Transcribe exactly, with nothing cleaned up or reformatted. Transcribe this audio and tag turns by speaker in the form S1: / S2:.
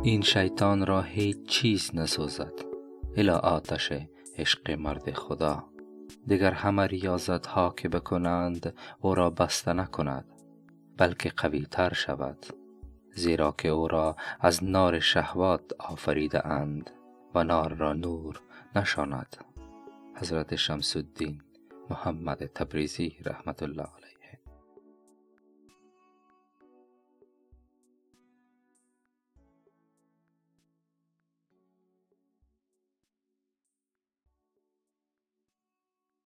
S1: این شیطان را هیچ چیز نسوزد الا آتش عشق مرد خدا. دیگر همه ریاضتها که بکنند او را بسته نکند، بلکه قوی تر شود، زیرا که او را از نار شهوات آفریده اند و نار را نور نشاند. حضرت شمس الدین محمد تبریزی رحمت الله علیه.